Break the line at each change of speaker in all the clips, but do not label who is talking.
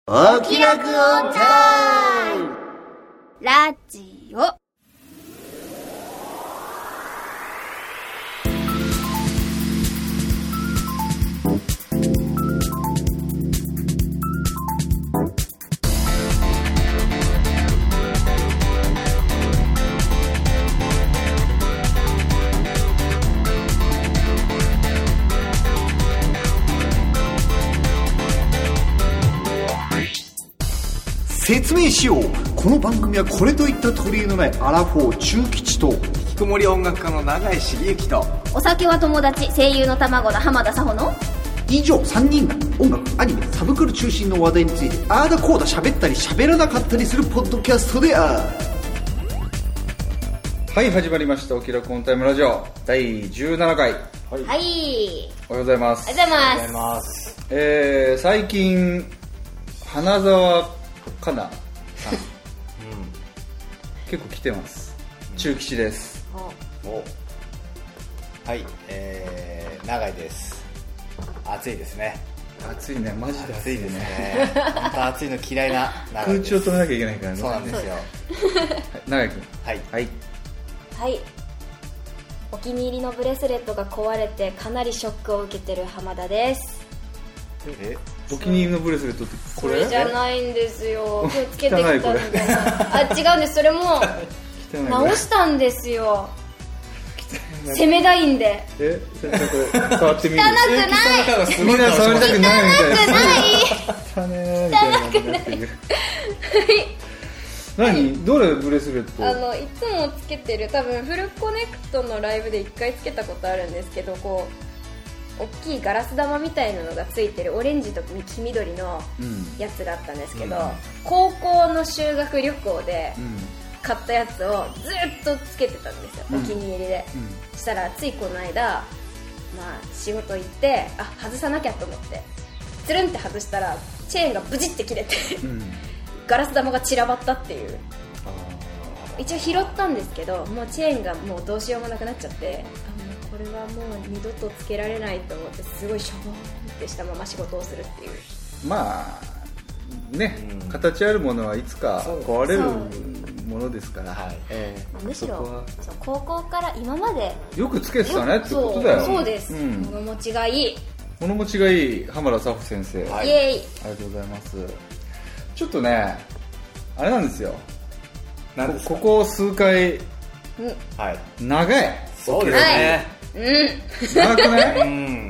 お気楽オンタイム
ラジオ。
説明しよう。この番組はこれといった取り柄のないアラフォー中吉と
引きこもり音楽家の永井茂之と
お酒は友達、声優の卵の浜田紗穂の
以上3人が音楽、アニメ、サブクル中心の話題についてあーだこーだ喋ったり喋らなかったりするポッドキャストである。
はい、始まりましたお気楽オンタイムラジオ第17回。
はい、
おはようございます。
おはようございます。
最近花澤香菜さん、結構来てます。中吉です。
はい、永井です。暑いですね。
暑いね、マジで
暑いですね。本当暑いの嫌いな永井です。
空調止めなきゃいけないからね。
そうなんですよ。
永井君、
はい
はい、お気に入りのブレスレットが壊れてかなりショックを受けてる浜田です。
お気に入りのブレスレットってこれ？
それじゃないんですよ。今日つけてきたんで。あ、違うんです。それも直したんですよ。攻めたいんで。
それちょっと触ってみる。
汚くない。
みんな触りたくないみたいな。
汚くない。
汚くない。何？どれブレスレット？
いつもつけてる、多分フルコネクトのライブで1回つけたことあるんですけど、こう大きいガラス玉みたいなのがついてるオレンジと黄緑のやつがあったんですけど、高校の修学旅行で買ったやつをずっとつけてたんですよ、お気に入りで。そしたらついこの間、仕事行って外さなきゃと思ってつるんって外したらチェーンがブチって切れてガラス玉が散らばったっていう。一応拾ったんですけど、もうチェーンがもうどうしようもなくなっちゃって、これはもう二度とつけられないと思って、すごいしょぼんってしたまま仕事をするっていう。
まあね、形あるものはいつか壊れるものですから、
むしろ高校から今まで
よくつけてたねってことだよ。
そうです、物持ちがいい。
物持ちがいい浜田紗穂先生、
イエーイ、
ありがとうございます。ちょっとね、あれなんですよ、ここ数回、長い。
そうですね。
長くない？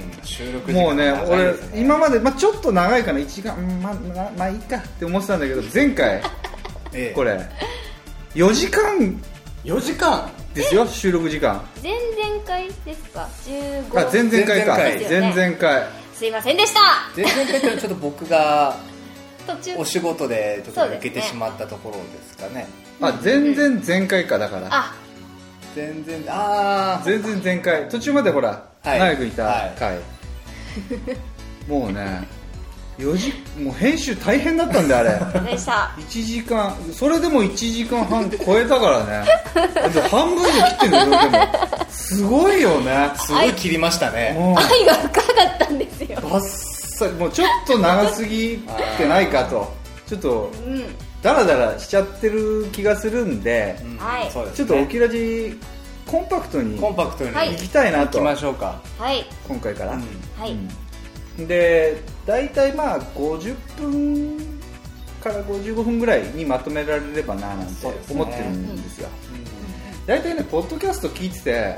収録時間
もうね、俺今までちょっと長いかな、1時間、まあいいかって思ってたんだけど、前回これ4時間ですよ、収録時間。
前々回ですか？15。
前々回か。前々回。
すいませんでした。
前々回ってちょっと僕がお仕事でちょっと抜けてしまったところですかね。
全然前回か。だから全然前回、途中までほら長くいた回、もうねもう編集大変だったんで、あれ
でした
1時間、それでも1時間半超えたからね半分以上切ってるんだよ。でもすごいよね。
すごい切りましたね。
愛が深かったんですよ。
バッサリ、もうちょっと長すぎてないかと、ちょっとダラダラしちゃってる気がするんで、ちょっとオキラジコンパクトに行きたいなと。
行きましょうか。
今回から、で大体50分から55分ぐらいにまとめられればななんて思ってるんですよ。大体ね、ポッドキャスト聞いてて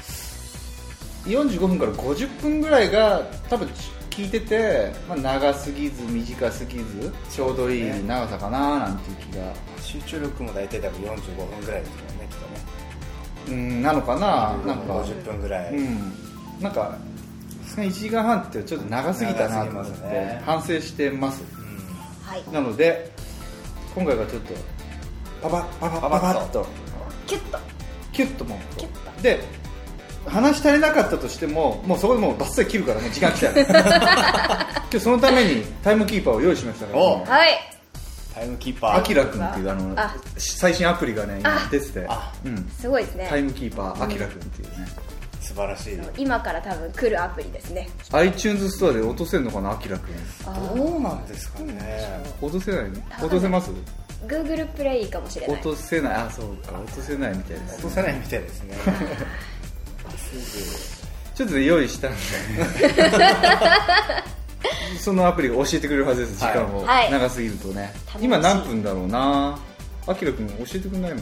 45分から50分ぐらいが多分聞いてて、長すぎず短すぎずちょうどいい長さかななんていう気が。
集中力も大体多分45分ぐらいですよね、きっとね。
なのかな。
なんか50分ぐらい、
なんか1時間半ってちょっと長すぎたなと思って反省してます。なので今回はちょっとパッと
キュッと
もうで話し足りなかったとしても、もうそこでもうバッサリ切るから、もう時間来た今日そのためにタイムキーパーを用意しましたから、
タイムキーパー
アキラくんっていう最新アプリがね今出てて、
すごいですね。
タイムキーパーアキラくんっていうね、
素晴らしい。
今から多分来るアプリですね。
iTunes ストアで落とせるのかな、あきらくん。
どうなんですかね。
落とせない？落とせます？
Google プレイかもしれない。
落とせない。あ、そうか、落とせないみたいです。
落とせないみたいですね。
ちょっとね、用意したんでそのアプリが教えてくれるはずです、時間を、
はい、
長すぎるとね。今何分だろうな。あきらくん教えてくれないよな。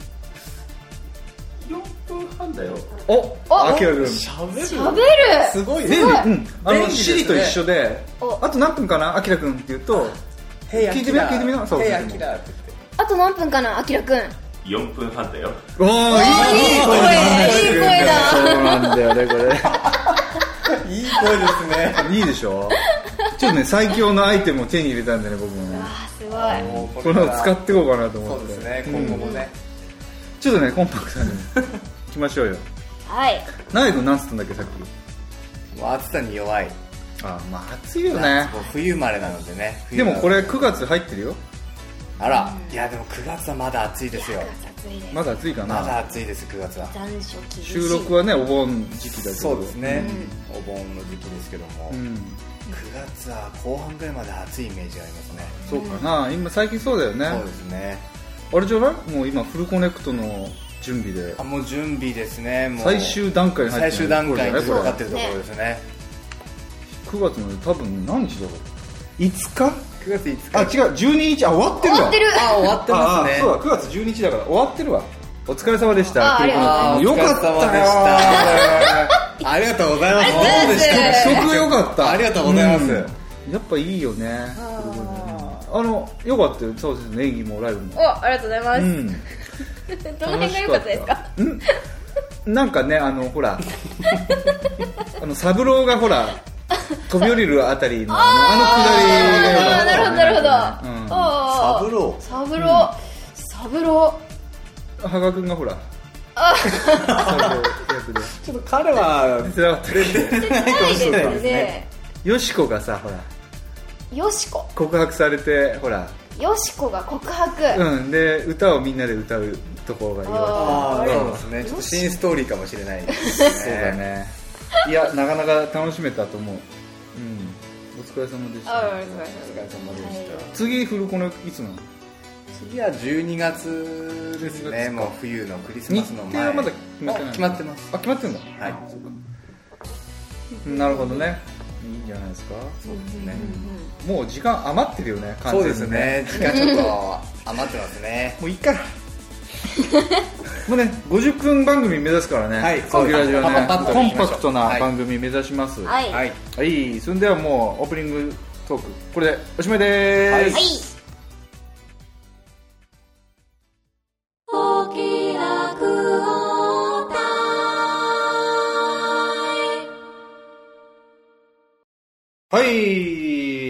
4分半だよ。
あきらくん
しゃべる
すごい
ね。
便利
シリと一緒で、あと何分かな、あきらくんって言うと、聞いてみよう、聞いてみよう。
ヘイアキラって
あと何分かな、あきらくん。
4分半だよ。
おー、いい
声だ。
そうなんだよね、これ。
いい声ですね。
いいでしょ。ちょっとね、最強のアイテムを手に入れたんでね、僕もね。
すごい。
これを使っていこうかなと思って。
そうですね、今後もね。
ちょっとね、コンパクトに行きましょうよ。
はい。
ナイ君なんつったんだっけ、さっき。
もう暑さに弱い。
まあ暑いよね。
冬生まれなのでね。
でもこれ9月入ってるよ。
あら、いやでも9月はまだ暑いですよ。
まだ暑いかな。
まだ暑いです、9月は。
収録はね、お盆時期だけど。
そうですね、お盆の時期ですけども、9月は後半ぐらいまで暑いイメージがありますね。
そうかな、今最近そうだよね。
そうですね。
あれじゃない、もう今フルコネクトの準備で。
もう準備ですね。もう
最終段階に入ってる。
最終段階にかかってるところですね。
9月の多分何日だろう。5日
？9月5日。
違う、12日。終わってるわ。
終わってる。
終わってますね。
そうだ、9月12日だから終わってるわ。お疲れ様でした。
ありがとうございます。
よかったよ。
ありがとうございます。
どうでした？
すごく良かった。
ありがとうございます。
やっぱいいよね。よかったよ。そうですね、演技もライブも。
ありがとうございます。どの辺が良かったですか？
なんかね、ほらサブローがほら飛び降りるあたりのくだりが。
なるほど。
サブロー。
サブロ
ー。羽賀くんがほら。
ちょっと彼は
出てなかった。
出てないですね。
よしこがさ、ほら。
よしこ。
告白されて、ほら。
よしこが告白。
で、歌をみんなで歌うところが
そうですね。ちょっと新ストーリーかもしれないですね。
そうだね。いや、なかなか楽しめたと思う。お疲れ様でした。
お疲れ様でした。
次フルコネいつなの？
次は12月ですね。もう冬のクリスマスの前。
日程はまだ決まってない。
決まってます。
決まってんだ。
はい。
なるほどね。いいんじゃないですか。
そうですね。
もう時間余ってるよね。
そうですね。時間ちょっと余ってますね。
もういいか。もうね、50分番組目指すからね。
はい。
コンラジオね。コンパクトな
はい
番組目指します。
はい。
はい。
はい。それではもうオープニングトークこれでおしまいでーす。
はい。
はい。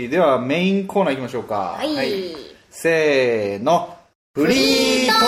ではメインコーナー行きましょうか。
はい。
せーの。フリートー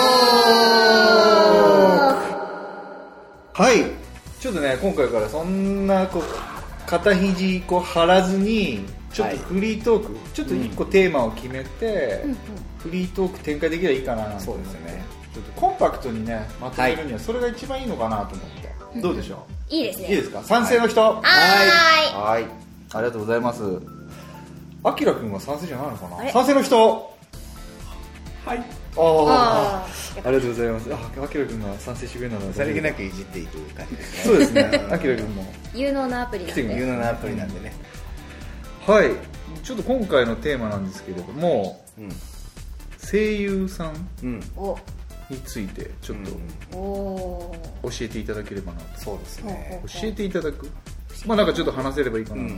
ク。はい。ちょっとね、今回からそんな肩肘張らずにちょっとフリートーク、ちょっと一個テーマを決めて、フリートーク展開できればいいかななんて。
そうですね。
ちょっとコンパクトにねまとめるにはそれが一番いいのかなと思って、どうでしょう？
いいですね。
いいですか？賛成の人？はい。はい。ありがとうございます。あきらくんは賛成じゃないのかな？賛成の人？はい。ありがとうございます。あきらくんが賛成してくれるなら
さりげなくいじっていく感じですね。
そうですね。あきらくんも
有能なアプリなんで。
有能なアプリなんでね。
はい。ちょっと今回のテーマなんですけれども、声優さんについてちょっと教えていただければなと。
そうですね。
教えていただく。まあなんかちょっと話せればいいかなと思って、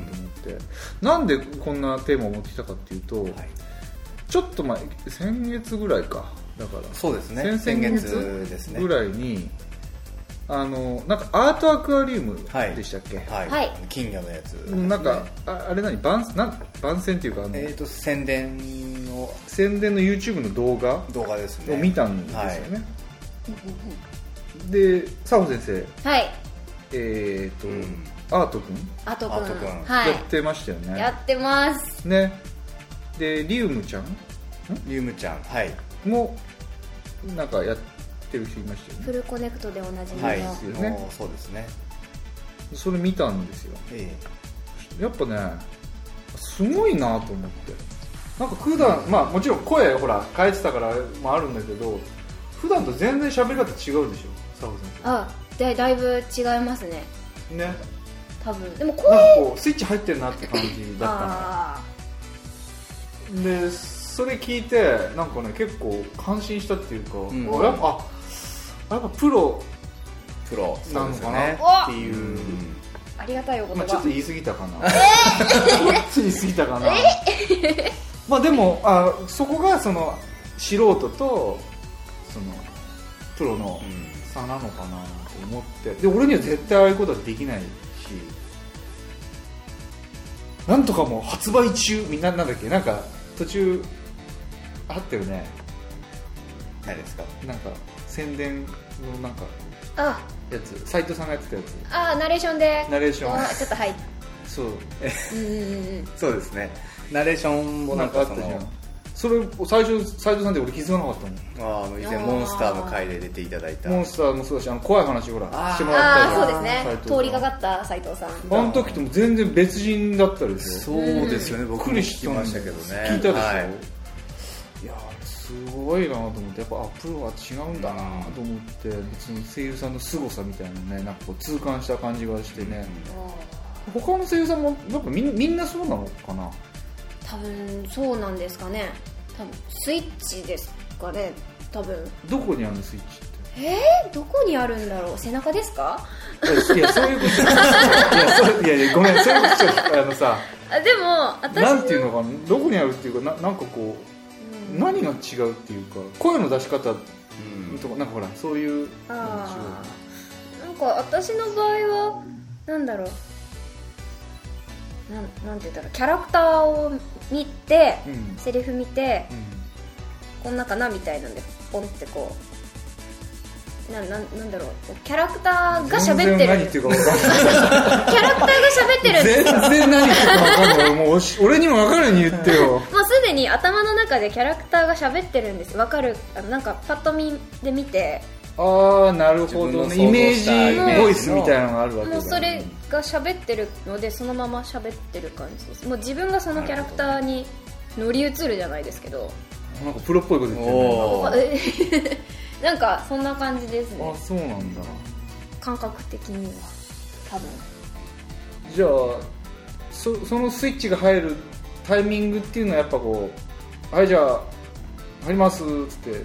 なんでこんなテーマを持ってきたかっていうと、ちょっと前、先月ぐらいか、だから
そうですね、先月ですね
ぐらいになんかアートアクアリウムでしたっけ？
はい、金魚のやつ、
なんかあれ番宣っていうか
宣伝の
YouTube の動画
ですね
を見たんですよね。で、佐保先生、
はい、
アートくん
や
ってましたよね。
やってます
ね。で、リウムちゃんもなんかやってる人いましたよね。
フルコネクトでおなじみの、
はい、そうですね。
それ見たんですよ、やっぱねすごいなと思って、なんか普段、まあもちろん声ほら変えてたからもあるんだけど、普段と全然喋り方違うでしょ、佐保先
生。だいぶ違いますね。
ね。
多分でも声
なんかこうスイッチ入ってるなって感じだったので、それ聞いてなんかね結構感心したっていうか、やっぱプロなのかなっていう、
ありがたいお言葉。
ちょっと言い過ぎたかな言い過ぎたかなまあでもそこがその素人とそのプロの差なのかなと思って、で俺には絶対ああいうことはできないし、なんとかもう発売中みんななんだっけ、なんか途中あったよね。
何ですか？
なんか宣伝のなんかやつ、斉藤さんがやってたやつ。
ナレーションで。
ナレーション。
ちょっとはい。
そう。
そうですね。ナレーションもなんかあったじゃん。
それ最初斉藤さんで俺気づかなかったもん。
以前モンスターの回で出ていただいた。
モンスターもそうだし、怖い話ほらしてもらった
そうですね。通りかかった斉藤さん。
あの時とも全然別人だったですよ。
そうですよね。僕も聞きましたけどね。
聞いたでしょ。いやすごいなと思って、やっぱプロは違うんだなと思って、別に声優さんの凄さみたいなね、なんかこう痛感した感じがしてね。他の声優さんもやっぱみんなそうなのかな。
多分そうなんですかね。多分スイッチですかね。多分
どこにあるのスイッチって。
どこにあるんだろう。背中ですか？
いやそういうこといやごめん、そういうことちょっとさ
でも私
なんていうのかな、どこにあるっていうか、なんかこう、何が違うっていうか、声の出し方とか、なんかほらそういうのが違う。
なんか私の場合はなんだろう、なんて言ったら、キャラクターを見て、セリフ見て、こんなかなみたいなんでポンってこうなんだろう、キャラクターが喋ってる。
何言ってるか分かんない。
キャラクターが喋ってるんですよ。
全然何言ってるか分かんない。もう俺にも分かるように言ってよ。
もうすでに頭の中でキャラクターが喋ってるんです。分かる。なんかパッと見で見て。
なるほどね。イメージボイスみたいなのがあるわけだ。
もうそれが喋ってるので、そのまま喋ってる感じです。もう自分がそのキャラクターに乗り移るじゃないですけど。
なんかプロっぽいこと言ってるね。
なんかそんな感じですね。
そうなんだ。
感覚的には多分。
じゃあそのスイッチが入るタイミングっていうのはやっぱこう、はいじゃあ入りますっつって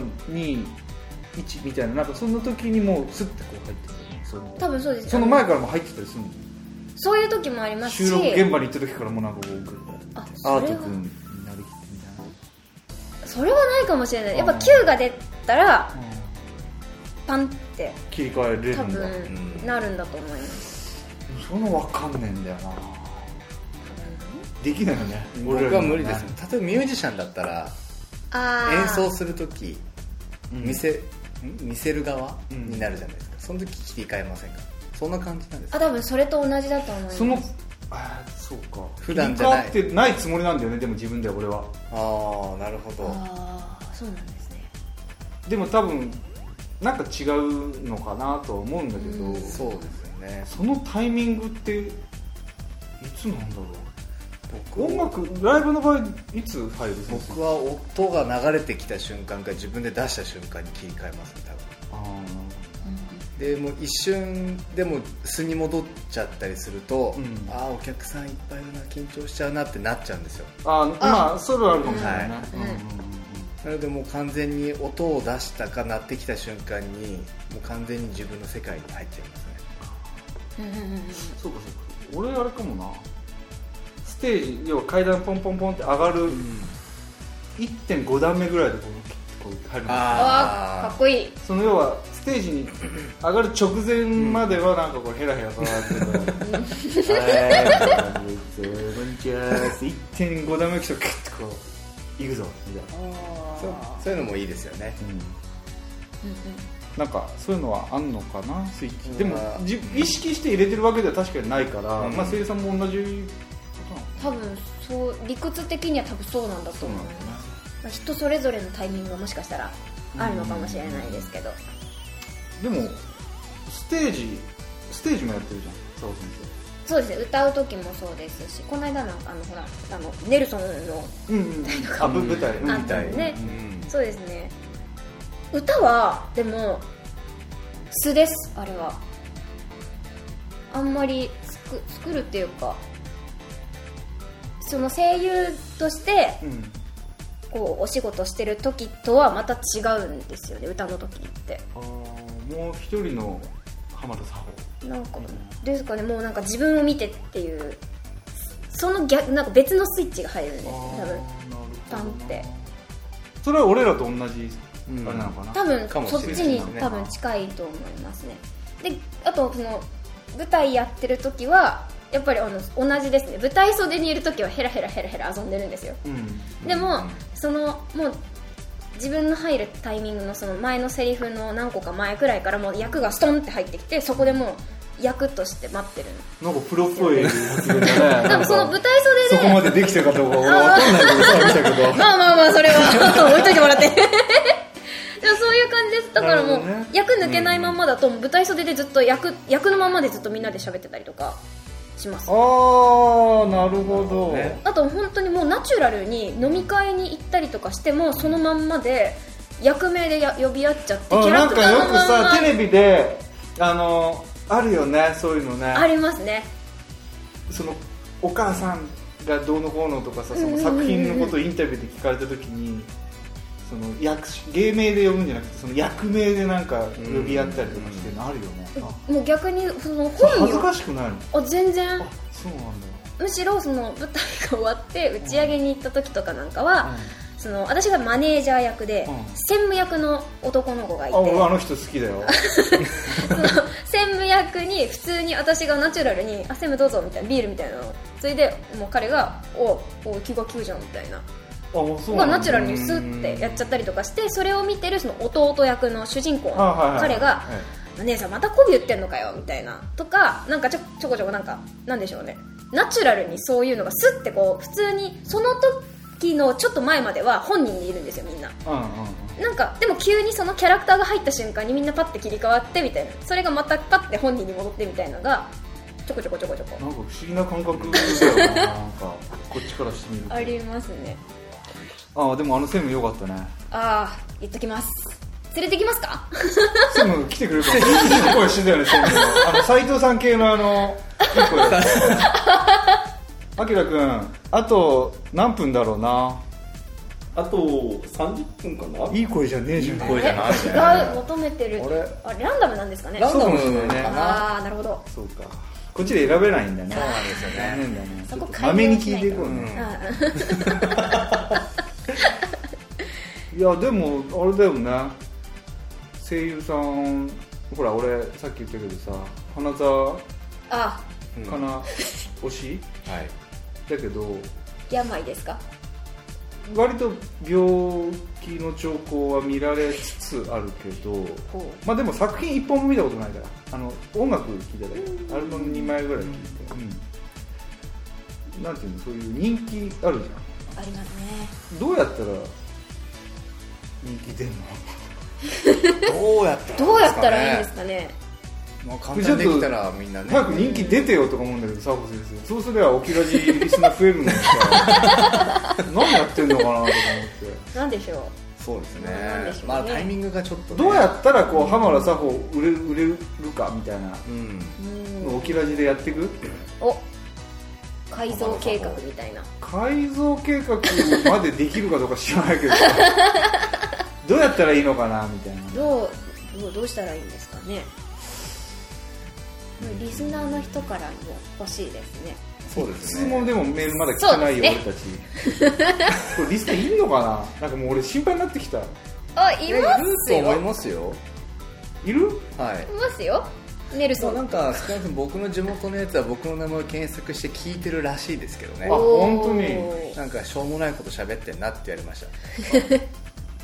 3、2、1みたいな、なんかそんな時にもうスッてこう入ってくる。
多分そうです。
その前からも入ってたりするの？
そういう時もありますし、
収録現場に行った時からもうなんかこうアート君になりきってみたいな。
それはないかもしれない。やっぱ Q が出たらパンって
切り替えれるんだ。
多分なるんだと思います。
その分かんねえんだよな。できないよね。
僕は無理です。例えばミュージシャンだったら演奏する時見せる側になるじゃないですか。その時切り替えませんか？そんな感じなんですか？
多分それと同じだと思います。
そうか。
普段じゃない。
切り替わってないつもりなんだよね。でも自分では俺は。
なるほど。
そうなんですね。
でも多分なんか違うのかなとは思うんだけど。
そうですよね。
そのタイミングっていつなんだろう。音楽ライブの場合いつ入る？
僕は音が流れてきた瞬間か自分で出した瞬間に切り替えますね、多分。でもう一瞬でも素に戻っちゃったりすると、お客さんいっぱいいるな、緊張しちゃうなってなっちゃうんですよ。
まあそれはあるかもしれないね。
なのでもう完全に音を出したか鳴ってきた瞬間にもう完全に自分の世界に入っちゃいますね。
そうかそうか。俺あれかもな。ステージ要は階段ポンポンポンって上がる 1.5 段目ぐらいでこう入る。
かっこいい。
その要はステージに上がる直前まではなんかこうヘラヘラと上がってるからこんにちは 1.5 段目来たらクッとこう行くぞみたいな。
そういうのもいいですよね。
なんかそういうのはあんのかな、スイッチ。でも意識して入れてるわけでは確かにないから、声優さんも同じ
多分そう理屈的には多分そうなんだと思います。人それぞれのタイミングがもしかしたらあるのかもしれないですけど、
でもステージもやってるじゃん、
そうですね、歌う時もそうですし、この間のほらネルソンの
舞台
あったんでね、そうですね。歌はでも素です。あれはあんまり作るっていうか、その声優としてこうお仕事してる時とはまた違うんですよね、歌の時って。
もう一人の浜田さん
なんかですかね、もうなんか自分を見てっていう、その逆なんか別のスイッチが入るんです、多分パンって。
それは俺らと同じあれなのかな。
多分そっちに多分近いと思いますね。で、あとその舞台やってる時はやっぱり同じですね。舞台袖にいる時はヘラヘラ遊んでるんですよ、でもそのもう自分の入るタイミングのその前のセリフの何個か前くらいからもう役がストンって入ってきて、そこでもう役として待ってる。
なんかプロっぽい発言だね。
でもその舞台袖で
そこまでできたかどうか俺分かんないけどさ、見たけど
まあそれは置いといてもらってでもそういう感じです。だからもう、役抜けないまんまだと舞台袖でずっと役のままでずっとみんなで喋ってたりとかします。
なるほど、
あと本当にもうナチュラルに飲み会に行ったりとかしてもそのまんまで役名で呼び合っちゃって、キャラクターのまんま。
なんかよくさテレビであるよね、そういうのね。
ありますね。
そのお母さんがどうのこうのとかさ、その作品のことをインタビューで聞かれた時にその芸名で呼ぶんじゃなくてその役名でなんか呼び合ったりとかしてるのあるよね。
もう逆にその本
恥ずかしくないの？
全然。
そうなんだ。
むしろその舞台が終わって打ち上げに行った時とかなんかは、その私がマネージャー役で、専務役の男の子がいて、
俺あの人好きだよ
その専務役に普通に私がナチュラルに専務どうぞみたいなビールみたいなのをついで、もう彼がお気が利くじゃんみたいながナチュラルにスッてやっちゃったりとかして、それを見てるその弟役の主人公の彼が姉さんまた媚び言ってんのかよみたいなとか、なんかちょこちょこなんかなんでしょうね、ナチュラルにそういうのがスッてこう普通にその時のちょっと前までは本人にいるんですよみんな、なんかでも急にそのキャラクターが入った瞬間にみんなパッて切り替わってみたいな、それがまたパッて本人に戻ってみたいなのがちょこちょこなんか
不思議な感覚だよななんかこっちからしてみると
ありますね。
でも専務良かったね。
言っときます。連れてきますか？
専務来てくれるかも。いい声してたよね、専務斉藤さん系のいい声だったあきらくん、あと何分だろうな。
あと30分かな。
いい声じゃねえじゃん。
いい声じゃない
違う、求めてる。あれランダムなんですかね。
ランダムなのね。
なるほど。
そうか、こっちで選べないんだね。
そうなんですよね。
そこ
まめに聞いていこうね。いやでもあれだよね、声優さんほら俺さっき言ったけどさ、花沢かな推し、だけど
病ですか？
割と病気の兆候は見られつつあるけど、まあでも作品一本も見たことないから、音楽聴いただけ、アルバム2枚ぐらい聴いて、なんていうの、そういう人気あるじゃん。
ありますね。
どうやったら人気出んの？
どうや
ったらいいんですかね。
まあ簡単にできたらみんなね。
早く人気出てよとか思うんだけど、サーコ先生。そうすればオキラジリスナー増えるのにさ、何やってんのかなとか思って。
なんでしょう。
そうですね。まあタイミングがちょっと、
どうやったらこう浜田紗穂売れるかみたいなのをオキラジでやっていく？
改造計画みたいな。
改造計画までできるかどうか知らないけどどうやったらいいのかなみたいな。
どうしたらいいんですかね。リスナーの人からも欲しいですね。
そうですね。
質問でもメールまだ来てないよ、俺たち。これリスナーいるのかな。なんかもう俺心配になってきた。
いますよ。
いると思いますよ。
いる？
はい。いますよ。ネルソン。
なんか少なくとも僕の地元のやつは僕の名前を検索して聞いてるらしいですけどね。
本当に。
なんかしょうもないこと喋ってんなって言われました。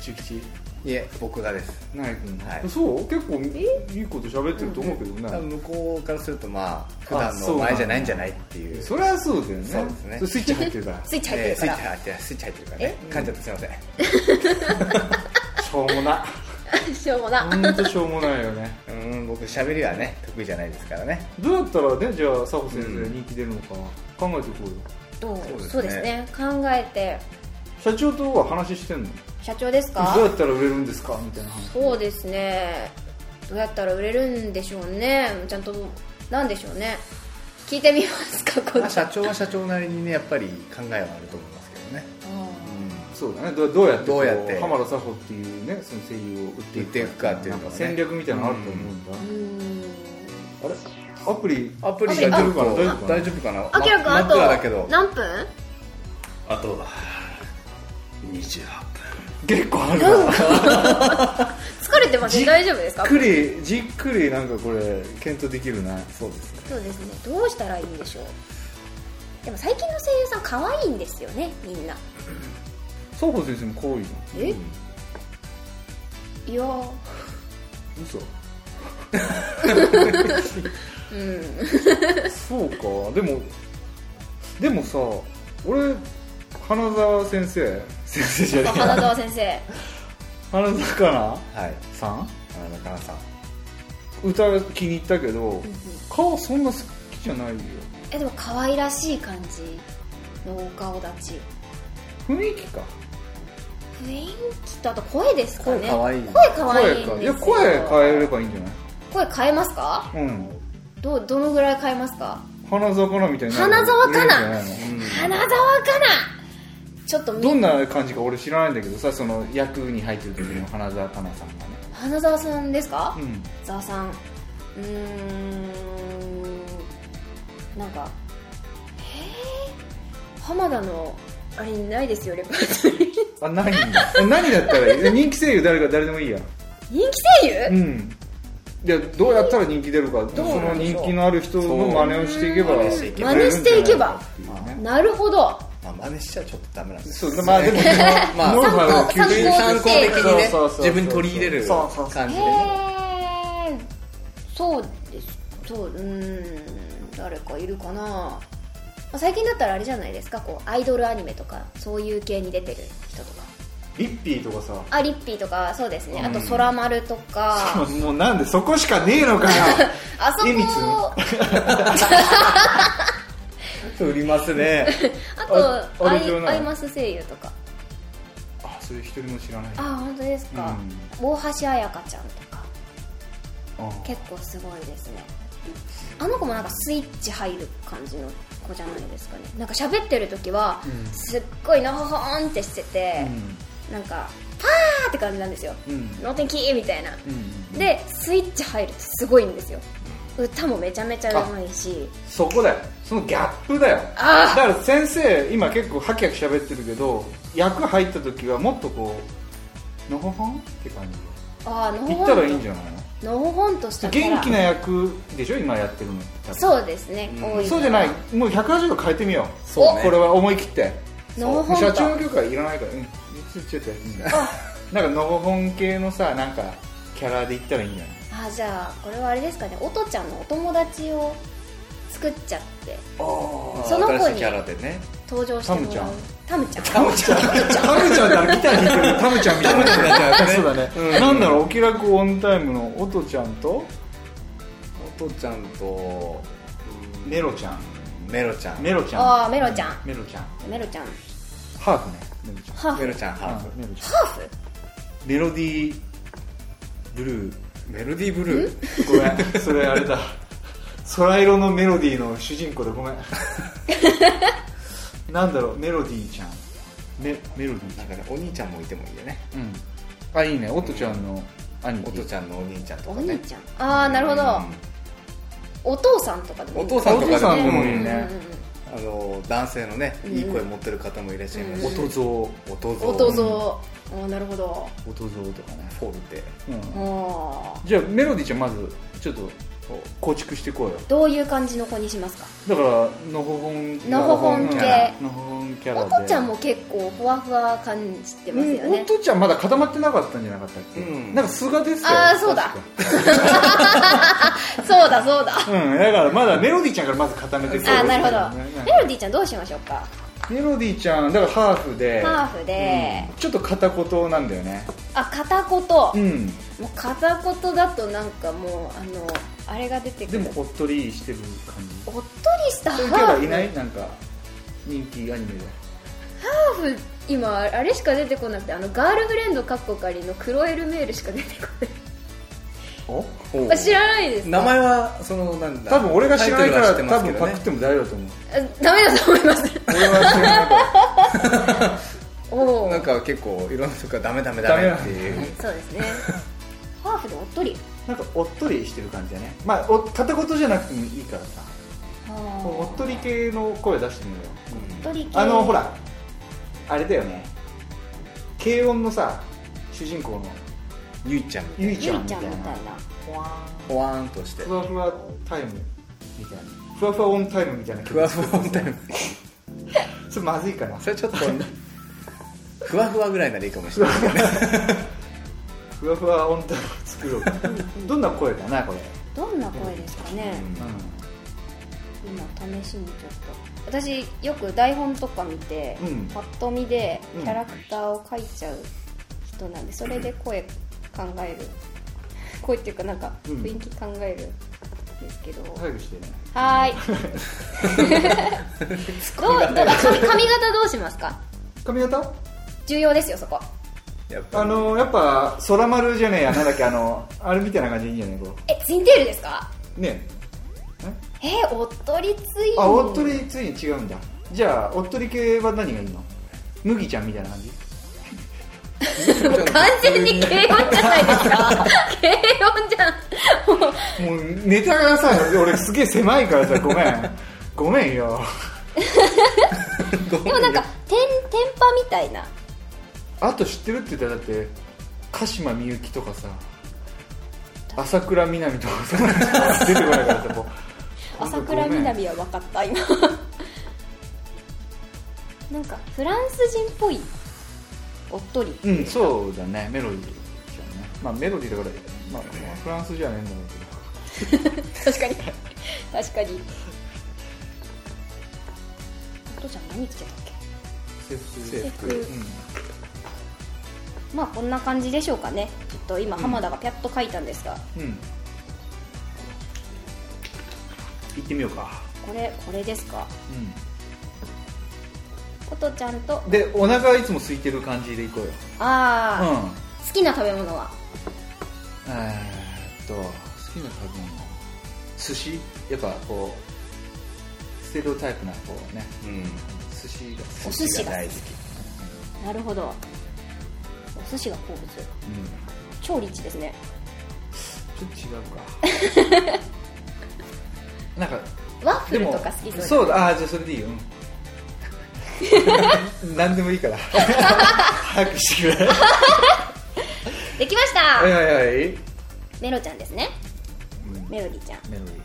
中吉。
いえ、僕がです。
ナイ君。そう結構いいこと喋ってると思うけどね。
向こうからするとまあ普段の前じゃないんじゃないっていう。
それはそうだよね。
そうですね。
スイッチ入ってるから。
スイッチ入ってるから。
スイッチ入ってるからね。噛んじゃってすいません。
しょうもな。
しょうもな。
ほんとしょうもないよね。
僕喋りはね得意じゃないですからね。
どうやったらね、じゃあ佐保先生人気出るのか考えていこうよ。
そうですね、考えて。
社長とは話してんの？
社長ですか？
どうやったら売れるんですかみたいな話。
そうですね、どうやったら売れるんでしょうね。ちゃんとなんでしょうね、聞いてみますか。
社長は社長なりにねやっぱり考えはあると思いますけどね。
そうだね、どうやって浜田佐保っていうね、その声優を売っていくかっていうのが戦略みたいなのあると思うんだ。あれアプリ大丈夫かな？
大丈夫かな？
あきらくん、あと何分？
あと28分。
結構あるな。
疲れてますね。大丈夫ですか？
じっくりなんかこれ検討できるな。
そうですね。どうしたらいいんでしょう。でも最近の声優さん可愛いんですよね、みんな。
佐保先生も可愛いの？
いや
嘘。そうか。でもさ、俺花澤先生じゃねえ。
花澤先生。
花澤香菜さん？
花澤香菜さん。
歌気に入ったけど、顔そんな好きじゃないよ。
でも可愛らしい感じのお顔立ち。
雰囲気か。
雰囲気とあと声ですかね。
声可愛い。
声可愛いんですよ。
いや、声変えればいいんじゃない？
声変えますか？どのぐらい変えますか？
花澤香菜みたいな。
花澤香菜。ちょっと
どんな感じか俺知らないんだけどさ、その役に入ってる時の花澤香菜さんがね。
花澤さんですか？澤さん。なんか浜田のあれないですよ、レパートリー。
何だったらいい？人気声優誰でもいいや。
人気声優？
いや、どうやったら人気出るか、その人気のある人の真似をしていけば。
真似していけば。なるほど。
真似しちゃちょっとダメなんです
よ。でもノウハウを
参考的にね、自分に取り入れる感じでね。
そうです。誰かいるかな。最近だったらあれじゃないですか、こうアイドルアニメとかそういう系に出てる人とか。
リッピーとかさ。
リッピーとか、そうですね。あと空丸とか。
もうなんでそこしかねえのかよ。
あそこ。
売りますね。
あとアイマス声優とか。
それ一人も知らない。
本当ですか。大橋彩香ちゃんとか。結構すごいですね。あの子もなんかスイッチ入る感じの子じゃないですかね。なんか喋ってる時はすっごいのほほんってしてて、なんかパーって感じなんですよ。能天気みたいな。でスイッチ入るとすごいんですよ。歌もめちゃめちゃうまいし。
そこだよ、そのギャップだよ。だから先生今結構ハキハキ喋ってるけど、役入った時はもっとこうのほほんって感じで言ったらいいんじゃないの？
のほほんとしたキャラ。
元気な役でしょ今やってるのって。
そうですね。
そうじゃない、もう180度変えてみよう。これは思い切って。
のほほんと
社長の許可いらないから、ちょっとやってみんだ。なんかのほほん系のさ、なんかキャラで言ったらいいんじゃない？
じゃあこれはあれですかね、おとちゃんのお友達を作っちゃって、その子に登場してもらう。タムちゃんってギタ
ー弾いてるタムちゃんみたいな。そうだね。なんだろう、お気楽オンタイムのおとちゃんとメロちゃん。
メロちゃん。ハ
ーフね。
メロちゃんハーフ。
メロディーブルー。ごめん、それあれだ。空色のメロディーの主人公でごめん。なんだろう、メロディーちゃん。メロディー
なんかね、お兄ちゃんもいてもいいよね。
いいね、おとちゃんの兄貴。
おとちゃんのお兄ちゃんとかね。
お兄ちゃん。なるほど。お父さんとかでもいい。
お父さんとかでもいい
ね。
男性のね、いい声持ってる方もいらっしゃいますし。
音像。
なるほど。
音像とかね。
フォルテ。
じゃあメロディーちゃんまずちょっと構築していこうよ。
どういう感じの子にしますか？
だからのほほん系。
のほほんキャラ
で。
おとちゃんも結構ふわふわ感じてますよね。
おとちゃんまだ固まってなかったんじゃなかったっけ？なんか素がですよ。
そうだ。そうだ。
だからまだメロディーちゃんからまず固めていこう。
なるほど。メロディーちゃんどうしましょうか？
メロディーちゃんだからハーフでちょっと片言なんだよね。
片言、もう片言だとなんかもうあれが出てくる。
でもおっとりしてる感じ。
おっとりしたハーフ。
そういうキャラいない？なんか人気アニメで
ハーフ今あれしか出てこなくて、ガールフレンドカッコ仮のクロエルメールしか出てこない。知らないですか？
名前はなんだ、
多分俺が知らないから多分
ね、
パクっても大丈夫だと思う。
ダメだと思います。俺は知らないから
なんか結構いろんなとこがダメっていう
そうですね。ハーフでおっとり、
なんかおっとりしてる感じだね。まあ片言じゃなくてもいいからさ、おっとり系の声出してみようよ。
おっとり系、
ほらあれだよね、軽音のさ主人公の
ゆいちゃん
みたいな
ほわーんとして
ふわふわタイムみたいな、ふわふわオンタイムみたいな、
ふわふわオンタイム
それまずいかな。
それちょっとふわふわぐらいならいいかもしれないけどね
ふわふわオンタイム作ろうどんな声かなこれ。
どんな声ですかね、今試しにちょっと私よく台本とか見て、パッと見でキャラクターを描いちゃう人なんで、それで声考える、声っていうかなんか雰囲気考えるんですけど、
早くしてね。
はーい髪型どうしますか？
髪型
重要ですよそこ。
やっぱ空丸じゃねえや、なんだっけあれみたいな感じでいいんじゃないこれ。
ツインテールですか
ね
おっとりツイン。
おっとりツイン違うんだ。じゃあおっとり系は何がいいの？麦ちゃんみたいな感じ
完全に軽音じゃないですか軽音じゃん
もうネタがさ俺すげえ狭いからさごめんよ
でもなんかテンパみたいな。
あと知ってるって言ったらだって鹿島みゆきとかさ朝倉みなみとかさ出てこないからさもう
朝倉みなみは分かった今なんかフランス人っぽいおっとり。
そうだね、メロディーじゃね。まあメロディーだから、フランスじゃねえんだろうけど
確かにお父ちゃん何着てたっけ？制服、まあこんな感じでしょうかね。ちょっと今浜田がピャッと書いたんですが、
行ってみようか。
これですか？ことちゃんと
でお腹いつも空いてる感じでいこうよ。
好きな食べ物は？
好きな食べ物寿司。やっぱこうステレオタイプなこうね、寿司が
お寿司が大好き。なるほど、お寿司が好物、超リッチですね。
ちょっと違うかなんか
ワッフルとか好きそうです。
そうだ、じゃあそれでいいよ何でもいいから早くしてくれ
できました。
はい
メロちゃんですね、メロディちゃん。
メロディ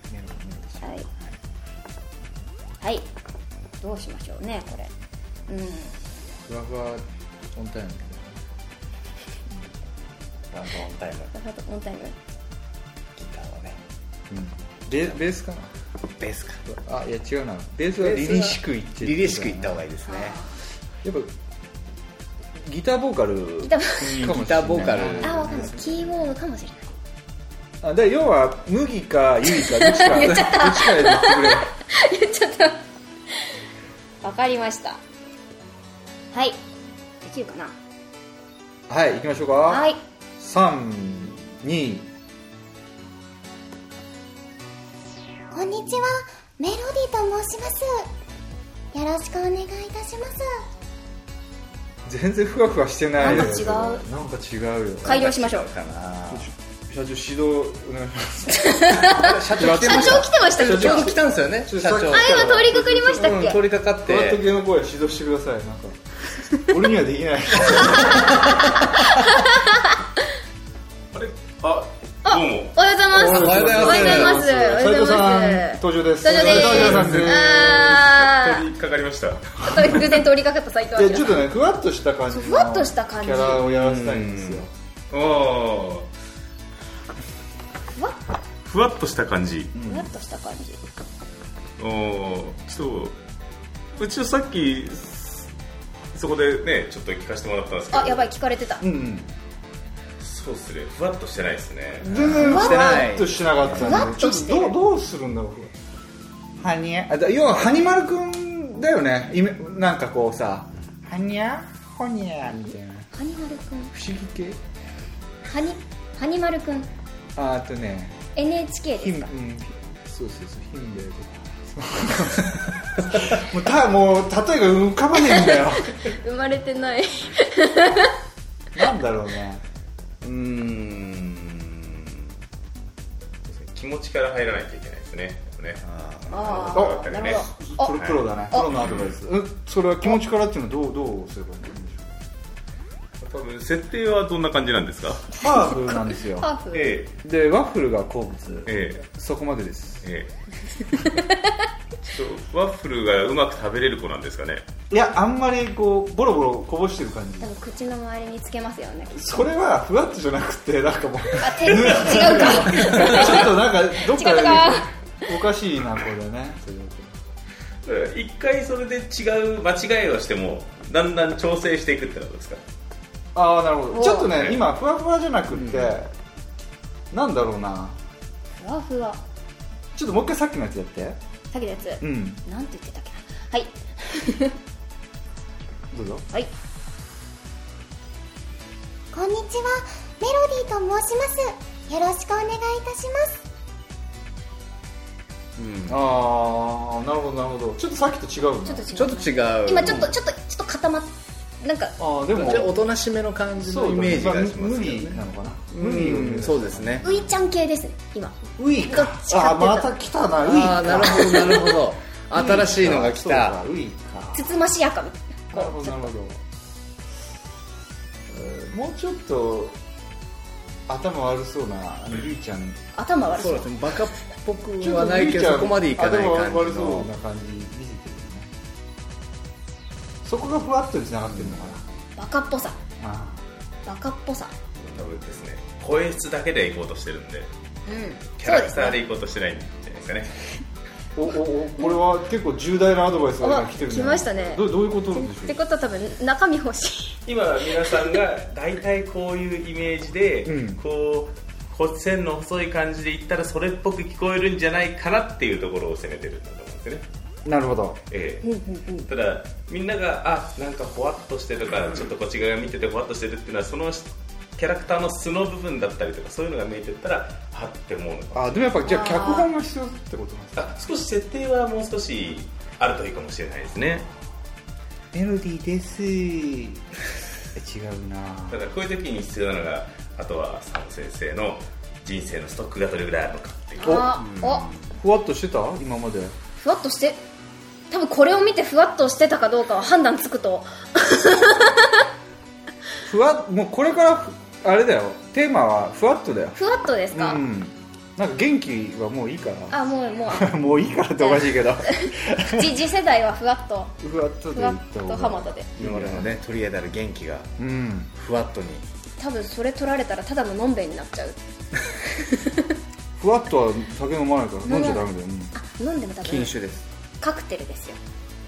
はいどうしましょうねこれ。
ふわふわオンタイム。
オンタイム
ギターはね、
ベースかな。
ベースか。
いや違うな、ベースはリリシクいって
リリシクいった方がいいですね。
やっぱギターボーカル
ギタ
ーボーカル
分かんない、キーボードかもしれない。
で要は麦かゆいかどっちか
言っちゃった
どっちかで言ってくれ
言っちゃったわかりました。はいできるかな。
はい行きましょうか。
はい
3、2。
こんにちは、メロディと申します。よろしくお願いいたします。
全然ふわふわしてない。
なんか違う
よ。
改良しましょう。
社長指導お願いします
社長来てましたっけ？
社長来たんですよね。社長
今通りかかりましたっけ？
通りかかって
こうやって芸の声指導してください。なんか俺にはできない
どうも。
おはようございます。
おはようございます。
斉藤さん登場です。
登場です。
通りかかりました。
偶然通りかかった斉藤明。
ちょっとねふわっとした感じの
ふわっとした感じ
キャラをやらせたいんですよ。
ふわっとした感じ。
ふわっとした感じ。
ちょっとうちはさっきそこでねちょっと聞かせてもらったんですけど、
あ、やばい、聞かれてた。
そうっすね、ふわっとしてないですね。
全然ふわっとしなかった
ふわっとしてる。
どうするんだろう。はにゃ、要ははにまるくんだよね。なんかこうさ、はにゃほにゃみたいな。
はにまるくん、
不思議系。
はにまるくん、
あとね
NHK ですか。
そうヒンベルとかもう例えが浮かばねえんだよ
生まれてない
なんだろうね。
気持ちから入らないといけないですね。
ああ、なるほど。
プロだね。プロのアドバイス。それは気持ちからっていうのはどうすればいいんでしょう。
多分設定はどんな感じなんですか？
ハーフなんですよ。
ハーフ。
でワッフルが好物。そこまでです。
ワッフルがうまく食べれる子なんですかね？
いや、あんまりこうボロボロこぼしてる感じ。
多分口の周りにつけますよね。
それはふわっとじゃなくて、なんかもう
違うか
ちょっとなんかどっかおかしいなこれね。
一回それで違う間違いをしてもだんだん調整していくってことですか？
ああ、なるほど。ちょっとね、今ふわふわじゃなくて、なんだろうな、
ふわふわ。
ちょっともう一回さっきのやつやって。
さっきのやつ、なんて言ってたっけな。はい
どうぞ。
はい。
こんにちは、メロディーと申します。よろしくお願いいたします。
ああ、なるほどなるほど。ちょっとさっきと違うね。
ちょっと違う。
今ちょっと固まっ、なんか
でも
おとなしめの感じのイメージがしますけどね。
麦なのかな。
そうですね。
ウイちゃん系ですね今。
ウイか。あ、また来たな。ウイか。
なるほどなるほど。新しいのが来た。
ウイか。
つつましやかみたいな。
なるほどなるほど。もうちょっと頭悪そうなゆいちゃん。
頭悪そう。
そうですね。バカっぽくはないけどそこまでいかない感じの。
頭悪そうな感じ見せてるよね。そこがふわっとつながってるのかな。
バカっぽさ。バカっぽさ。
多分ですね。声質だけでいこうとしてるんで。キャラクターでいこうとしてないんじゃないですかね。
これは結構重大なアドバイスが来てるね。
来ましたね。
どういうことなんでしょう。
ってことは多分中身欲しい。
今皆さんが大体こういうイメージで、こう線の細い感じで言ったらそれっぽく聞こえるんじゃないかなっていうところを攻めてるんだと思うんですよね。
なるほど。
ただみんながなんかほわっとしてるとか、ちょっとこっち側見ててほわっとしてるっていうのはそのキャラクターの素の部分だったりとかそういうのが見えてったらはって思うのか。
でもやっぱじゃあ脚本が必要ってことなんですか。
少し設定はもう少しあるといいかもしれないですね。
メロディーです違うな。
だからこういう時に必要なのが、あとは佐野先生の人生のストックがどれぐらいあるのかっていう。
ふわっとしてた今まで。
ふわっとして多分これを見てふわっとしてたかどうかは判断つくと
もうこれからあれだよ、テーマはふわっとだよ。
ふわっとですか。
なんか元気はもういいから。
もう
もういいからっておかしいけど
次世代はふわっと
ふわっとでいった方が。
浜田で
今までのね取り柄ある元気がふわっとに。
多分それ取られたらただののんべいになっちゃう
ふわっとは酒飲まないから飲んじゃダメだよ。
飲んでも多分
禁酒です。
カクテルですよ。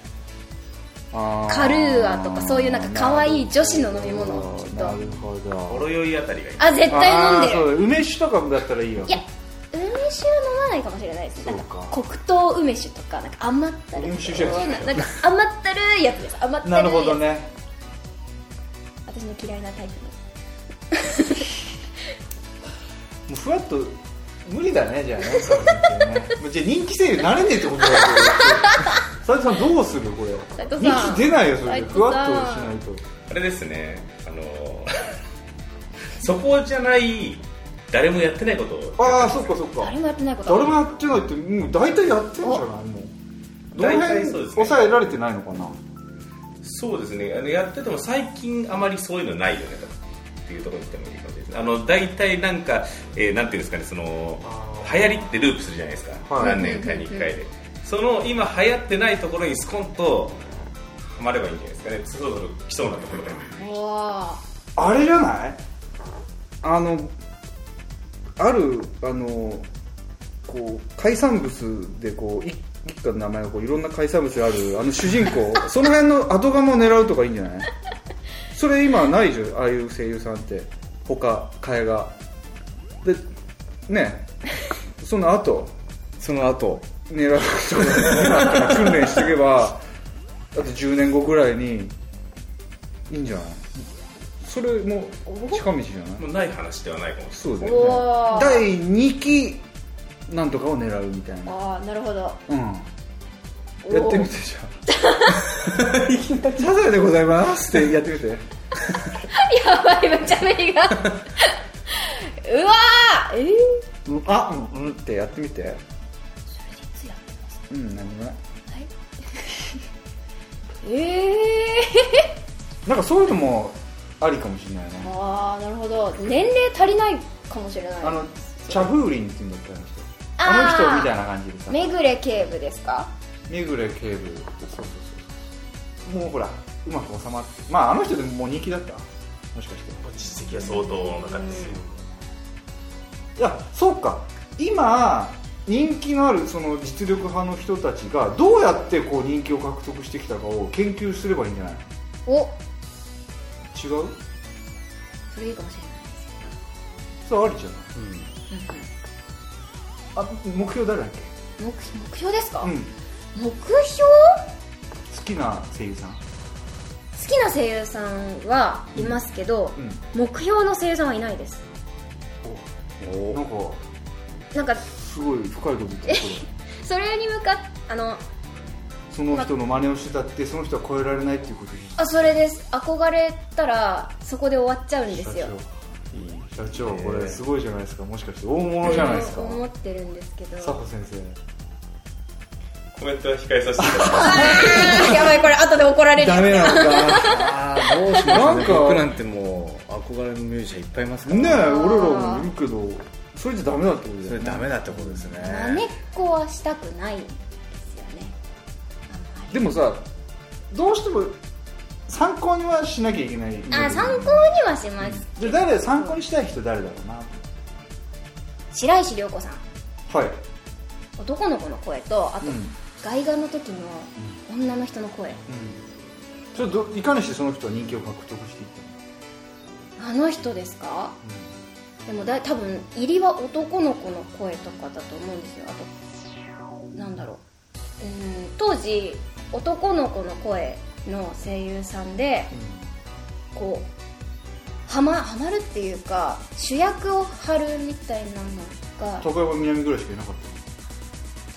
カルーアとかそういうなんか可愛い女子の飲み物をきっと。
なるほど。
ほろ酔いあたりがいい。
絶対飲んでる。
そう梅酒とかだったらいいよ。
いや梅酒は飲まないかもしれないですね。なんか黒糖梅酒とかなんか甘ったるいなんか甘ったるいやつです。甘ったるいやつ。
なるほどね。
私の嫌いなタイプの
もうふわっと無理だね。じゃあねじゃあ人気声優なれねえってことだよ斉藤さんどうするこれ。人気出ないよそれでふわっとしないと。
あれですね、そこじゃない誰もやってないことを。
そっか
誰もやってないこと
誰もやってないってもう大体やってるんじゃない。もうどの辺抑えられてないのかな。
そうですね、やってても最近あまりそういうのないよねっていうところに言ってもいいかもしれないです。大体なんか、なんていうんですかね、その流行りってループするじゃないですか、何年かに1回で。その今流行ってないところにスコンとはまればいいんじゃないですかね。そろそろ来そうなところで。
あれじゃない。あるこう海産物でこう一家の名前がこういろんな海産物がある主人公その辺の後釜を狙うとかいいんじゃない？それ今ないじゃん、ああいう声優さんって他替えがでねその後狙う人が訓練していけばあと10年後ぐらいにいいんじゃない？それも近道じゃない？
もうない話ではないかもしれない。
そうだよね。第2期なんとかを狙うみたいな。
ああ、なるほど。
うん。やってみてじゃあ。サザエでございますってやってみて。
やばい、めちゃめちゃ。うわー、
うんってやってみて。
それでいつやってますか？
何もない。なんかそういうのもありかもしれないね。
ああ、なるほど。年齢足りないかもしれない。
チャフーリンっていうんだったあの人みたいな感じでさ。
めぐれ警部ですか？
めぐれ警部。そうもうほらうまく収まって、まああの人でももう人気だった、もしかして。
実績は相当な感じですよ。
いや、そうか、今人気のあるその実力派の人たちがどうやってこう人気を獲得してきたかを研究すればいいんじゃない？
お、
違う？
それいいかもしれない。
そうありじゃない？目標誰だっけ？
目標ですか？目標？
好きな声優さん？
好きな声優さんはいますけど、目標の声優さんはいないです。なんか
すごい深いこと言ってる。
それに向かって
その人の真似をしてたってその人は超えられないっていうことです。
それです。憧れたらそこで終わっちゃうんですよ。
社長、これすごいじゃないですか。もしかして大物じゃないですか。
思ってるんですけど。
佐保先生、
コメントは控えさせていただきます。
やばい、これ後で怒られる。
ダメなのか。どうしますね。
なんか
僕なんてもう憧れのミュージシャンいっぱいいますから
ね。俺らもいるけどそれじゃダメだってことだよね。
それダメだってことですね。
真似っこはしたくないですよね。
でもさ、どうしても参考にはしなきゃいけない。
参考にはします。
じゃあ参考にしたい人誰だろうな。
白石涼子さん。
はい。
男の子の声と、あと、外画の時の女の人の声。
ちょっといかにしてその人は人気を獲得していったの？
あの人ですか？でも多分入りは男の子の声とかだと思うんですよ。あとなんだろう、当時男の子の声の声優さんで、こうハマるっていうか主役を張るみたいなのが
高山みなみぐらいしかいなかった。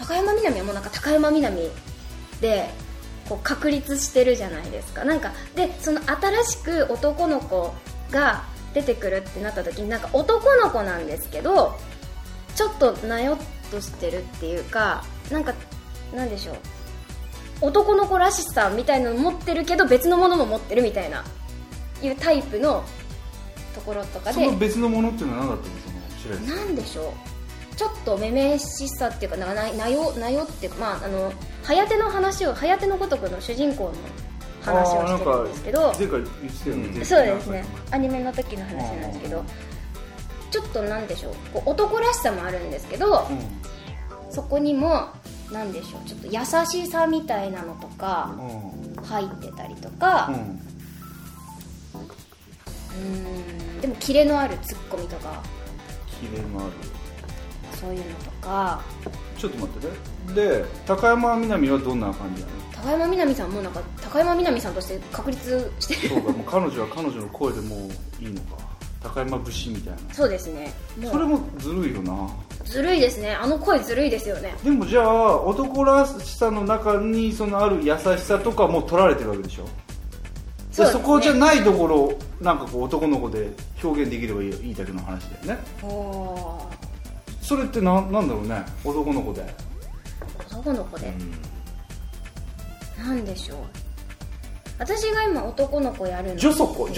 高山みなみはもうなんか高山みなみでこう確立してるじゃないですか。なんかでその新しく男の子が出てくるってなった時になんか男の子なんですけどちょっとなよっとしてるっていうか、なんかなんでしょう、男の子らしさみたいなの持ってるけど別のものも持ってるみたいないうタイプのところとかで、
その別のものっていうのは何だったんですか？
なんでしょう、ちょっとめめしさっていうかなよっていうか、まあ早手の話を早手のごとくの主人公の話をしてるんですけど、
前回言ってたよね。
そうですね、アニメの時の話なんですけど、ちょっとなんでしょう、こう男らしさもあるんですけど、そこにもなんでしょう、ちょっと優しさみたいなのとか入ってたりとか、でもキレのあるツッコミとか、
キレのある
そういうのとか。
ちょっと待ってね。で高山みなみはどんな感じなの？
高山みなみさんもなんか高山みなみさんとして確立してる。
そうか、もう彼女は彼女の声でもういいのか。高山節みたいな。
そうですね。もう
それもずるいよな。
ずるいですね。あの声ずるいですよね。
でもじゃあ男らしさの中にそのある優しさとかも取られてるわけでしょ。
そうですね。
そこじゃないところをなんかこう男の子で表現できればいいだけの話だよね。それってなんだろうね。男の子でなんでしょう。私が今男の子やるの女祖子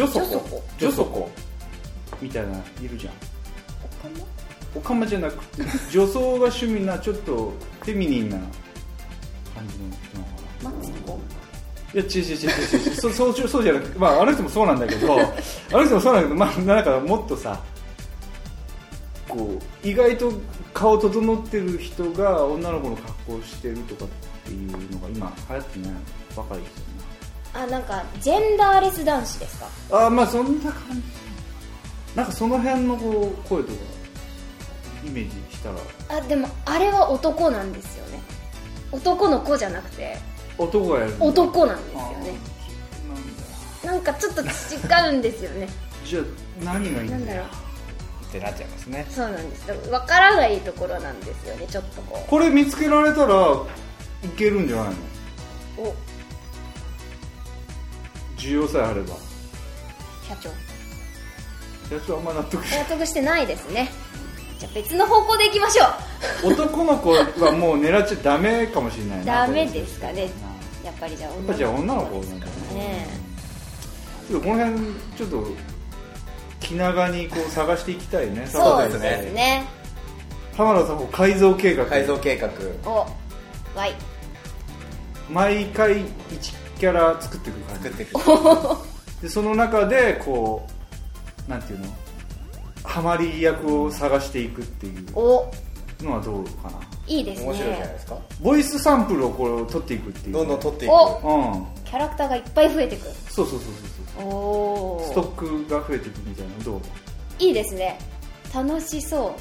みたいないるじゃん。おかまじゃなくて女装が趣味なちょっとフェミニンな感じの人なのかな。
マツコ？
いや違うそうじゃなくて、まああの人もそうなんだけどまあなんかもっとさ構意外と顔整ってる人が女の子の格好をしてるとかっていうのが今流行ってないばかりですよね。
なんかジェンダーレス男子ですか？
まあそんな感じ。なんかその辺のこう声とかイメージしたら。
でもあれは男なんですよね。男の子じゃなくて
男がやる。
男なんですよね。なんかちょっと違うんですよね。
じゃあ何がいい
なんだろう
ってなっちゃいますね。
そうなんです。分からないところなんですよね。ちょっと
これ見つけられたらいけるんじゃないの？需要さえあれば。
社
長あんま納得
してないですね。じゃあ別の方向でいきましょ
う。男の子はもう狙っちゃダメかもしれないな。
ダメですかね。やっぱりじゃあ女の子なんだね。この辺ちょっと気長にこう探していきたいね。 そうですね。
浜田さん改造計画。
わい。
毎回1キャラ作っていく感じ。でその中でこうなんていうの、ハマり役を探していくっていうのはどうかな。
いいですね。
面白いじゃないですか。
ボイスサンプルをこれを取っていくっていう。
どんどん取っていく。
キャラクターがいっぱい増えていく。
そう。ストックが増えていくみたいな。どう？
いいですね。楽しそう。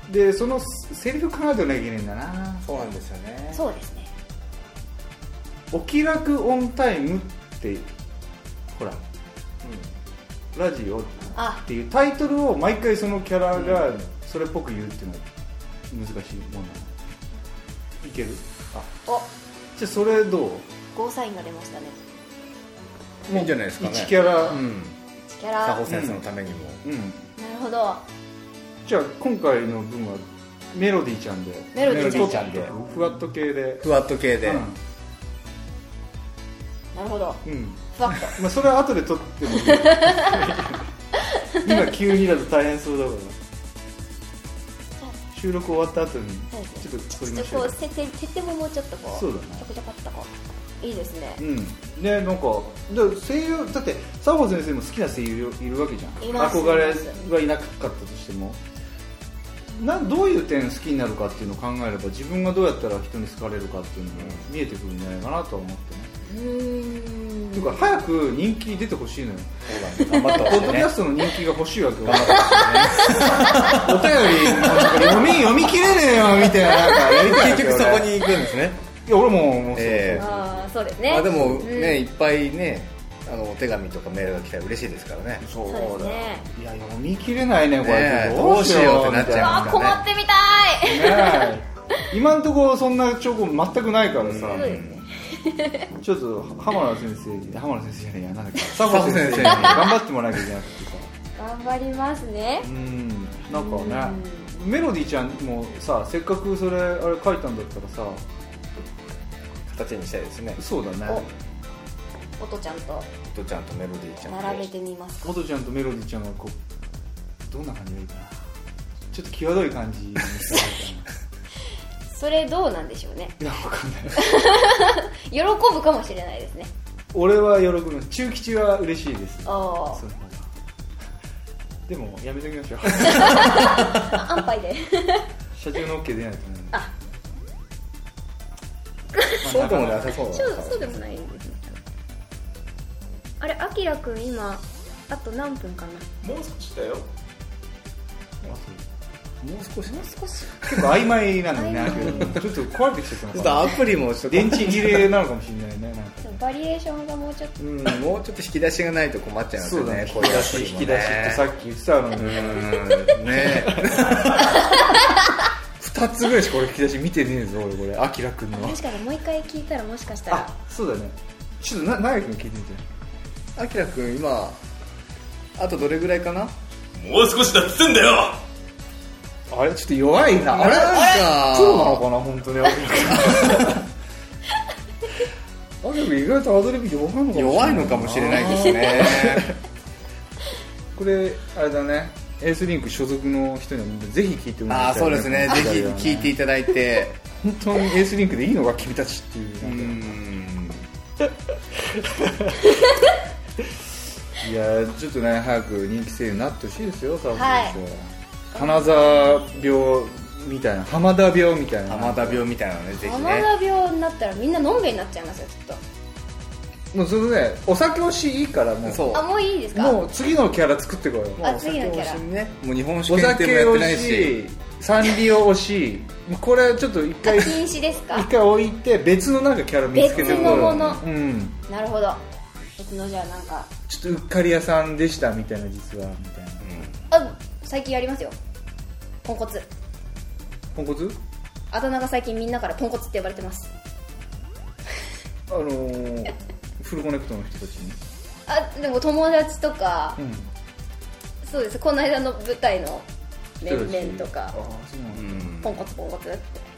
でそのセリフ考えておかなきゃいけないんだな。
そうなんですよね。
そうですね。
お気楽オンタイムってほら、ラジオっていうタイトルを毎回そのキャラがそれっぽく言うっていうのは難しいもんなの。いける？じゃあそれどう？
ゴーサインが出ましたね。
いいんじゃないですかね。
1キャラ。
1キャラ。
佐保先生のためにも。
なるほど。
じゃあ今回の分はメロディーちゃんで。
メロディーちゃん
で。ふわっと系で。
なるほど。ふわっと。
まあそれは後で撮ってもいい。今急にだと大変そうだから。収録終わった後にちょっと撮りましょう。
設定ももうちょっとこう。
そうだね。
ちょこちょこっとこう。いいですね。
ね、なんか声優だって佐保先生も好きな声優いるわけじゃん。憧れがいなかったとしても。どういう点好きになるかっていうのを考えれば自分がどうやったら人に好かれるかっていうのが見えてくるんじゃないかなとは思ってね。っていうか早く人気出てほしいのよ。
そうだね。頑張ってほしいね。
ポッドキャストの人気が欲しいわけよ。お便り読み切れねえよみたいな。
結局そこに行くんですね。
いや俺も
そうですね。
でもね、いっぱいね、お手紙とかメールが来たら嬉しいですからね。
そうですね。
いや読み切れないねこれ。
どうしようってなっちゃいますからね。
困ってみた
い。今んところそんな兆候全くないからさ。ちょっと浜田先生じゃないや、なんだっけ、佐保先生に頑張ってもらわなきゃいけなくてさ。
頑張りますね。
なんかね、メロディーちゃんもさ、せっかくそれあれ書いたんだったらさ、
形にしたいですね。
そうだね。
音ちゃんと
メロディーちゃん
並べてみますか。
音ちゃんとメロディーちゃんがこうどんな感じがいいかな。ちょっと際どい感じにしたいかな。
それどうなんでしょうね。
いや分かんない。
喜ぶかもしれないですね。
俺は喜ぶ。中吉は嬉しいです。その方が。でもやめておきましょう。
安牌で。
社長の OK 出ないと思う。
そうでもなさそうだ。
そうでもないんですね。あれ、あきらくん今あと何分かな。
もう少しだよ。
もう少し
結構曖昧なんだね。ちょっと壊れてきちゃってます。
アプリもちょっと
電池切れなのかもしれないね。なんか
バリエーションがもうちょっと
もうちょっと引き出しがないと困っちゃいますよね。
引き出しってさっき言ってたのに
ね。
2つぐらいしか俺引き出し見てねえぞ俺これ。あきらくんの
確かにもう一回聞いたらもしかしたら。
そうだね。ちょっと長井くん聞いてみて。
あきらくん今あとどれぐらいかな。
もう少しだっつってんだよ。
あれちょっと弱いな。
あれ
プロなのかな本当に。あれ意外とアドリブ弱いのかもしれない。
弱いのかもしれないですね。
これあれだね。エースリンク所属の人にはぜひ聞いてもらいたい。
そうですね。ぜひ聞いていただいて。
本当にエースリンクでいいのか君たちっていう。いやちょっとね早く人気声優になってほしいですよ。佐保先生。 金沢病みたいな、浜田病みたいな、
浜田病みたいなのね、ぜひね。
浜田病になったらみんなのんべえになっちゃいますよきっと。
もうそのね、お酒推しいいからもう、
そう、
あ、もういいですか。
もう次のキャラ作ってこいよ。
あ、次のキャラ
ね、もう日本
お
酒検
酒
定もやってない
推
し、
し、サンリオ推し、これちょっと一回
禁止ですか。
一回置いて別のなんかキャラ見つけてこい。
別のもの、
うん。
なるほど。別のじゃあなんか
ちょっとうっかり屋さんでしたみたいな、実はみたいな。
あ、最近やりますよ。ポンコツ。
ポンコツ？
あだ名が最近みんなからポンコツって呼ばれてます。
フルコネクトの人たちに。
あ、でも友達とか、
うん。
そうです、この間の舞台の面々とか
ああ、そうなんだ。
ポンコツポンコツって。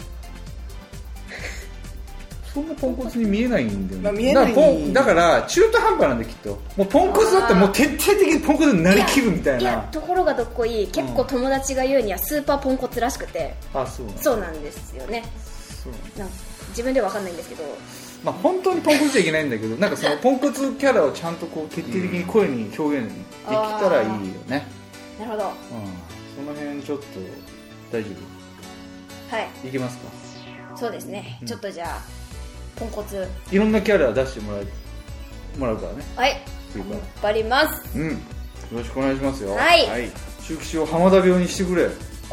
そんなポンコツに見えないんだよね。
まあ見えない
だから中途半端なんできっと。もうポンコツだったらもう徹底的にポンコツになりきるみたいな。
いや、ところがどっこい、結構友達が言うにはスーパーポンコツらしくて。
あ、そうなんだ。
そうなんですよね。
そう
なんか自分では分かんないんですけど、
まあ本当にポンコツじゃいけないんだけど、なんかそのポンコツキャラをちゃんとこう徹底的に声に表現できたらいいよね。
なるほど。
うん。その辺ちょっと大丈
はい、
夫？いけますか？
そうですね、ちょっとじゃあポンコツ、
いろんなキャラ出してもらうからね。
はい、
次から
頑張ります。
うん。よろしくお願いしますよ。
はい、
はい、
中吉を浜田病にしてくれ。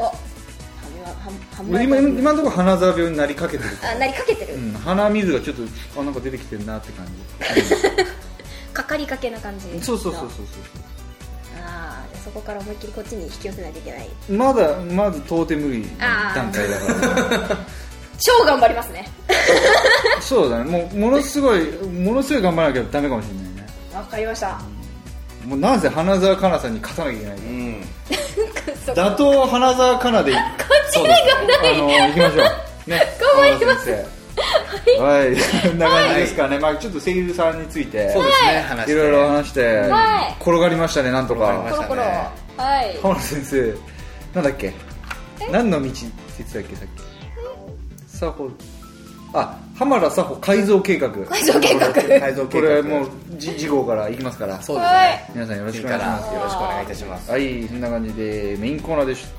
お、
今のところ花沢病になりかけてるから。
あ、なりかけてる、
うん、鼻水がちょっとなんか出てきてるなって感じ。
かかりかけな感じ。
そうそう。
ああ、じゃあそこから思いっきりこっちに引き寄せないといけない。
まず到底無理な段階だから
超頑張りますね。
そうだね、ものすごい頑張らなきゃダメかもしれないね。
わかりました。
もうなんせ花澤香菜さんに勝たなきゃいけないから、
うん、
打倒花澤香菜で
こっちが頑張
行きましょうね。
頑張ります。
はい、こんな感じですかね。まあちょっと声優さんについて
そうですね、話して
いろいろ話して、
はい、
転がりましたね、なんとか。
コロコロ。はい。
浜田先生、なんだっけ、何の道って言ってたっけ、さっき。佐保、あ、浜田佐保改造計画。
改造計画。
これもう次号からいきますから。
そうですね。
皆さんよろしくお願いします。
よろしくお願いいたします。
はい、そんな感じでメインコーナーでした。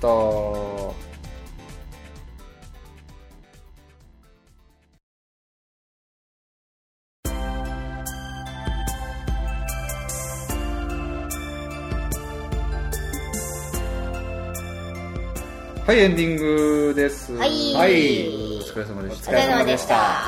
はい、エンディングです。
はい、
お疲れ様でした。
お疲れ様でした。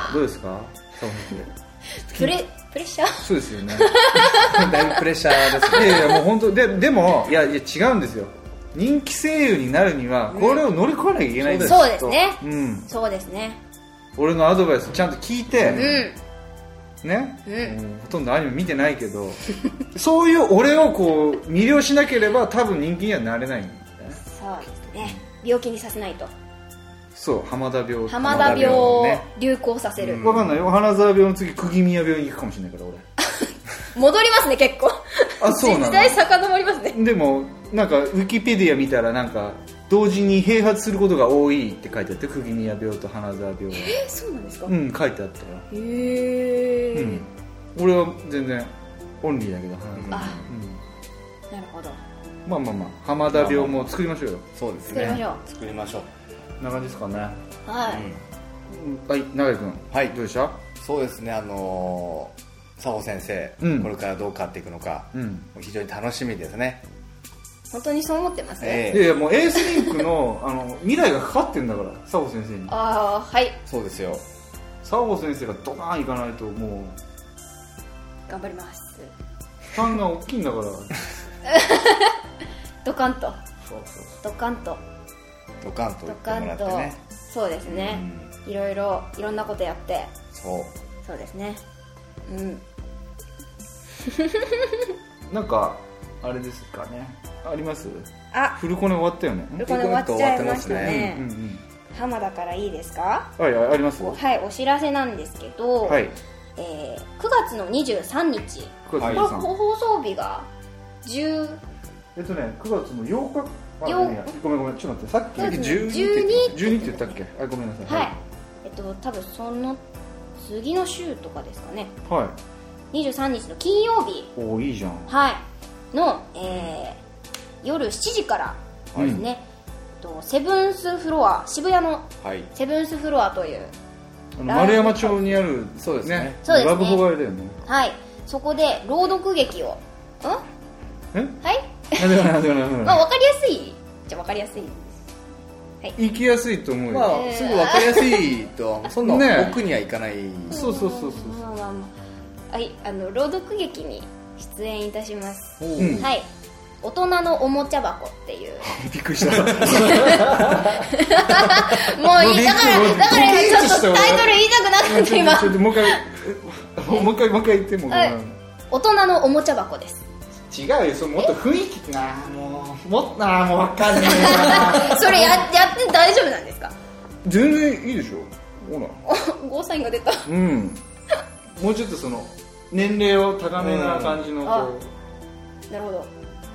どうですか、佐保先
生。プレッシャー。
そうですよね。
だいぶプレッシャーですね。
いやもう本当でもいや違うんですよ。人気声優になるにはこれを乗り越えなきゃいけないんです。
そうですね。
うん。
そうですね。
俺のアドバイスちゃんと聞いて、ね、
うん、
ほとんどアニメ見てないけど、そういう俺をこう魅了しなければ多分人気にはなれないんだよね。
そうですね。病気にさせないと。
そう、浜田病
を流行させる。
分かんないよ、花沢病の次釘宮病に行くかもしれないから俺。
戻りますね、結構。
あ、そうなの。
時代遡りますね。
でもなんかウィキペディア見たらなんか同時に併発することが多いって書いてあって、釘宮病と花沢病は。
そうなんですか。
うん、書いてあったよ。
へえ、
うん。俺は全然オンリーだけど花沢病。
なるほど。
まあ浜田病も作りましょうよ。
そうですね。
作りましょう。
こんな感じですかね。
はい。
はい、永井君。はい。どうでした？
そうですね、佐保先生、これからどう変わっていくのか、非常に楽しみですね。
本当にそう思ってますね。
いやもうエースリンクの未来がかかってるんだから佐保先生に。
ああ、はい。
そうですよ。
佐保先生がドカーンいかないともう
頑張ります。
負担が大きいんだから。
ドカンと。
そう
ドカンと言ってもらってね。
そうですね。いろんなことやって。そうですね。うん。
なんかあれですかね。あります？
フルコネ終わったよね。
フルコネ終わっちゃいましたね。浜田からいいですか？
はい、あります。
はい、お知らせなんですけど、
はい、
9月の23日、これ放送日が10、
9月の8日。ごめんちょっと待って、さっき12って言ったっけ？ごめんなさい。
はい、多分その次の週とかですかね。
はい。
23日の金曜日。
おお、いいじゃん。
はい。の、夜7時からですね、 セブンスフロア、渋谷のセブンスフロアという、
丸山町にある、そうですね、ラブホ街だよね。
はい、そこで朗読劇を、はい、まあ分かりやすいじゃ分かりやすい、
はい、行きやすいと思うよ、
まあ、すぐ分かりやすいとそんな奥には行かない、
そう
はい、朗読劇に出演いたします。はい、大人のおもちゃ箱っていう。
びっくりした。
もういい、だから今ちょっとタイトル言いたくなって今。
もう一回言っても。
大人のおもちゃ箱です。
違うよ、もっと雰囲気もう分かんないな。
それやって大丈夫なんですか？
全然いいでしょ。ほら。
ゴーサインが出た。
うん。もうちょっとその年齢を高めな感じのこ
う。なるほど。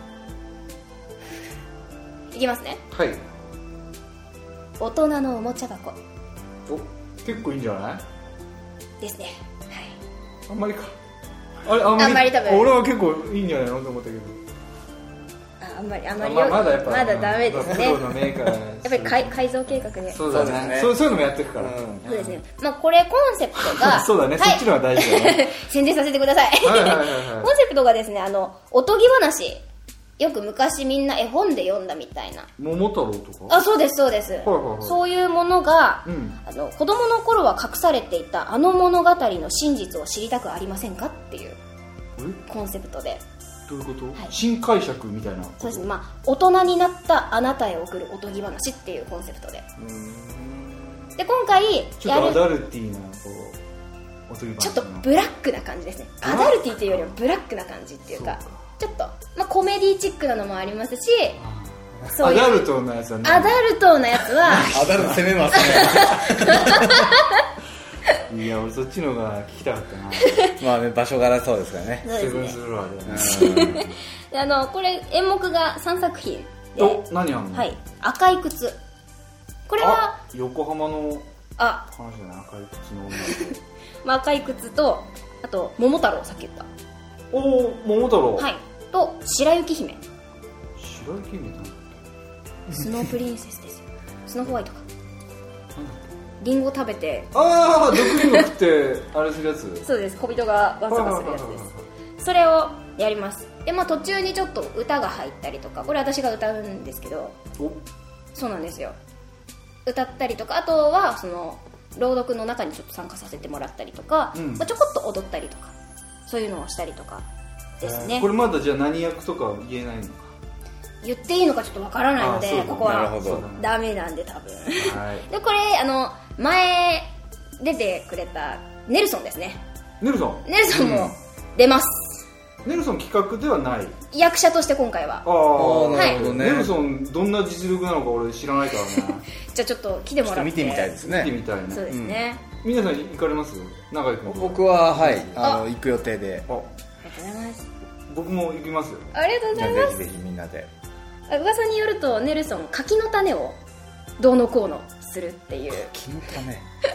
いきますね。
はい。
大人のおもちゃ箱。
結構いいんじゃない？
ですね。はい。
あんまりか。
あんまり多分。
俺は結構いいんじゃないのと思ったけど。
あんまり
まだやっぱ
まだダメですね。
プロのメーカー。
やっぱり改造計画で。
そうだね。そういうのもやっていくから。
そうですね。まあこれコンセプトが
そうだね。そっちの方が大事だね。
宣伝させてください。コンセプトがですね、おとぎ話。よく昔みんな絵本で読んだみたいな
桃太郎とか、
そうですそうです、そういうものが、子供の頃は隠されていたあの物語の真実を知りたくありませんかっていうコンセプトで。
どういうこと？新解釈みたいな。
そうですね、まあ大人になったあなたへ送るおとぎ話っていうコンセプトで。で今回
ちょっとアダルティーなおとぎ話、
ちょっとブラックな感じですね。アダルティーというよりはブラックな感じっていうか、ちょっと、まあ、コメディチックなのもありますし、
そういうアダルトなやつはね。
アダルトなやつは
アダルト攻めます
ね。いや、俺そっちの方が聞きたかった
な。まあね、場所柄そうですからね。
セブンスフロア
でね。これ演目が3作品
で。何あんの？
はい。赤い靴。これは
横浜の話じゃない？赤い靴の女の子。
まあ赤い靴と、あと桃太郎、さっき言った。
桃太郎。
はい。と白雪姫。
白雪姫だ。
スノープリンセスですよ。スノーホワイトか。リンゴ食べて。
毒リンゴ食ってあれするやつ。
そうです。小人がワンサカするやつです。それをやります。でまあ途中にちょっと歌が入ったりとか、これ私が歌うんですけど。そうなんですよ。歌ったりとか、あとはその朗読の中にちょっと参加させてもらったりとか、まあ、ちょこっと踊ったりとか、そういうのをしたりとか。ですね、
これまだじゃあ何役とか言えないのか、
言っていいのかちょっとわからないので、ここはダメなんで多分、でこれ前出てくれたネルソンですね。ネルソンも出ます。
ネルソン企画ではない、
役者として今回は。
なるほどね。
ネルソンどんな実力なのか俺知らないからね。
じゃあちょっっと来てもらって見てみたいですね。
見てみたいね。
そうですね。
皆さん行かれます？長井君。
僕は行く予定で。
ありがとうございます。
僕も行きますよ。
ありがとうございます。
ぜひぜひみんなで。
噂によるとネルソン柿の種をどうのこうのするっていう。
柿の種。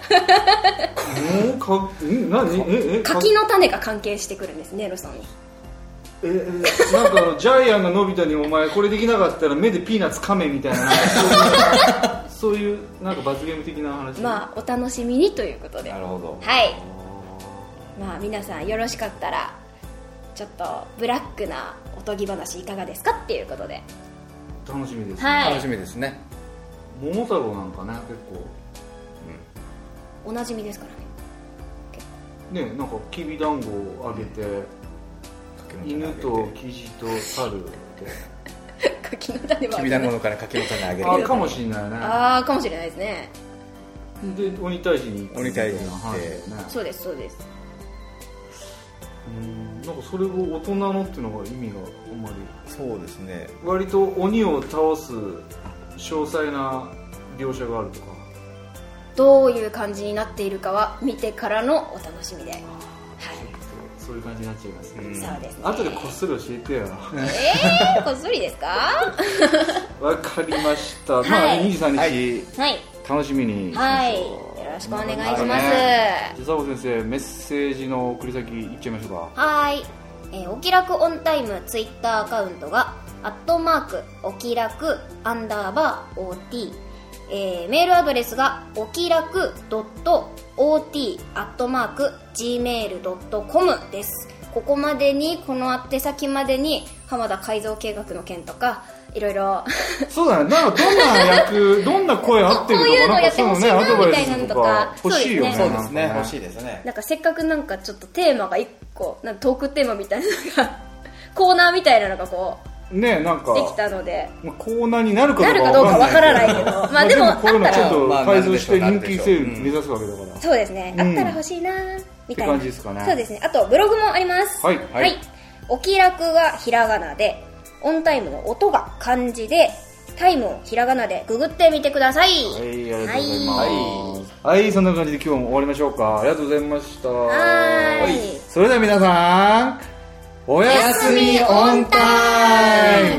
柿の種が関係してくるんですネルソンに。
なんかジャイアンがのび太にお前これできなかったら目でピーナッツ噛めみたいなそういうなんか罰ゲーム的な話。
まあお楽しみにということで。
なるほど。
はい。まあ皆さんよろしかったらちょっとブラックなおとぎ話いかがですかっていうことで。
楽しみです
ね。はい、
楽しみですね。
桃太郎なんかね結構、
おなじみですから
ね。ね、なんかきびだんごをあげて。犬とキジと猿って
柿の種も
きびだんごのから柿の種あげる。
かもしれないね。
かもしれないですね。
で鬼退治に行って、
そうですそうです。
なんかそれを大人のっていうのが意味があんまり。
そうですね。
割と鬼を倒す詳細な描写があるとか。
どういう感じになっているかは見てからのお楽しみで。はい。
そういう感じになっちゃいますね。
そうですね。
後でこっそり教えてよ。
こっそりですか？
わかりました。まあ23日楽しみに。
はい。よろしくお願いします。じゃ
あ佐保先生メッセージの送り先いっちゃいましょうか。
はい。お気楽オンタイムツイッターアカウントがおきらく_OT、メールアドレスがおきらく.ot@gmail.com です。ここまでに、この宛先までに浜田改造計画の件とかいろいろ
そうだね、なんかどんな役どんな声合ってるとか、
こういうのやってほしいな
なんかそうね、
みたいなのとか
欲しいよね。
そうですね、欲しいですね。
なんかせっかくなんかちょっとテーマが1個なんかトークテーマみたいなのがコーナーみたいなのがこう
ね、なんか
できたので、
コーナーになるか
どうかわからないけど、まあでもあった
こういうのちょっ
ら、
と改造して人気セール目指すわけだから、
そうですね、あったら欲しいなみたいな
って感じですかね。
そうですね。あとブログもあります。
はい、
お気楽がひらがなで、オンタイムの音が漢字で、タイムをひらがなでググってみてください。
はい、ありがとうございます。はい、そんな感じで今日も終わりましょうか。ありがとうございました。
はい。
それでは皆さん、おやすみオンタイム。